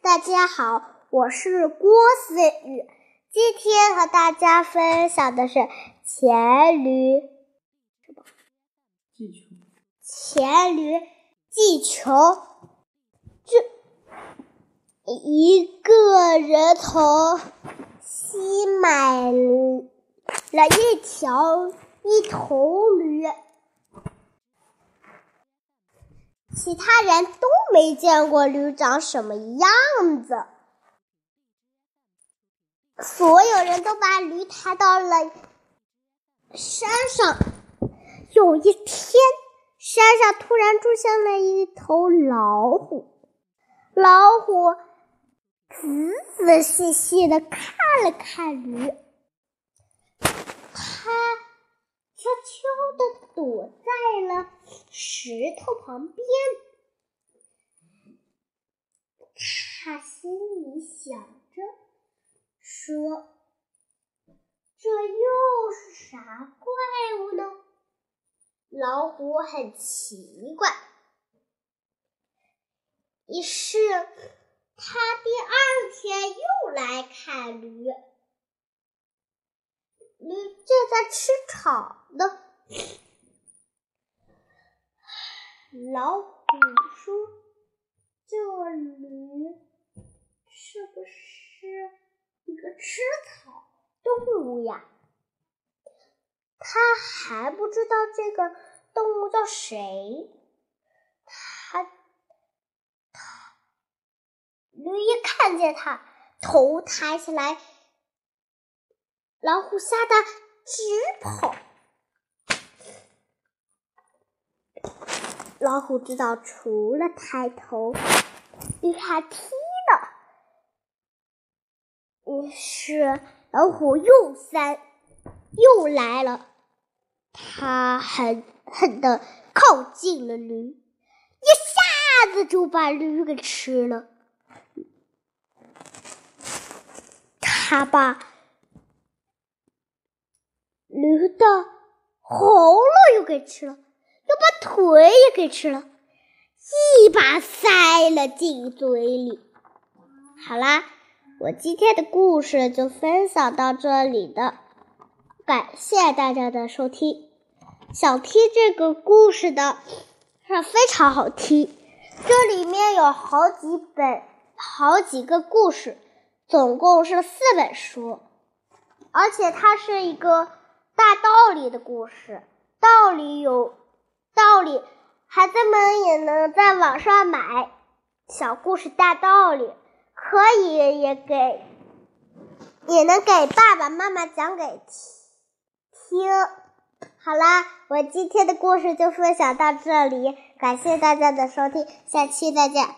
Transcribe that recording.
大家好，我是郭思雨，今天和大家分享的是黔驴技穷。一个人从西买了一头驴，其他人都没见过驴长什么样子，所有人都把驴抬到了山上。有一天，山上突然出现了一头老虎，老虎仔仔细细地看了看驴，它悄悄地躲在了石头旁边。他心里想着说，这又是啥怪物呢？老虎很奇怪，于是他第二天又来看驴，驴正在吃草呢。老虎说，这驴是不是一个吃草动物呀？他还不知道这个动物叫谁。驴一看见他，头抬起来，老虎吓得直跑。老虎知道除了抬头，驴还踢的，于是老虎又来了。他狠狠地靠近了驴，一下子就把驴给吃了。他把驴的喉咙又给吃了，又把腿也给吃了，一把塞了进嘴里。好啦，我今天的故事就分享到这里了，感谢大家的收听。想听这个故事的是非常好听，这里面有好几个故事，总共是4本书，而且它是一个大道理的故事，道理，孩子们也能在网上买小故事大道理，可以也能给爸爸妈妈讲给听。好啦，我今天的故事就分享到这里，感谢大家的收听，下期再见。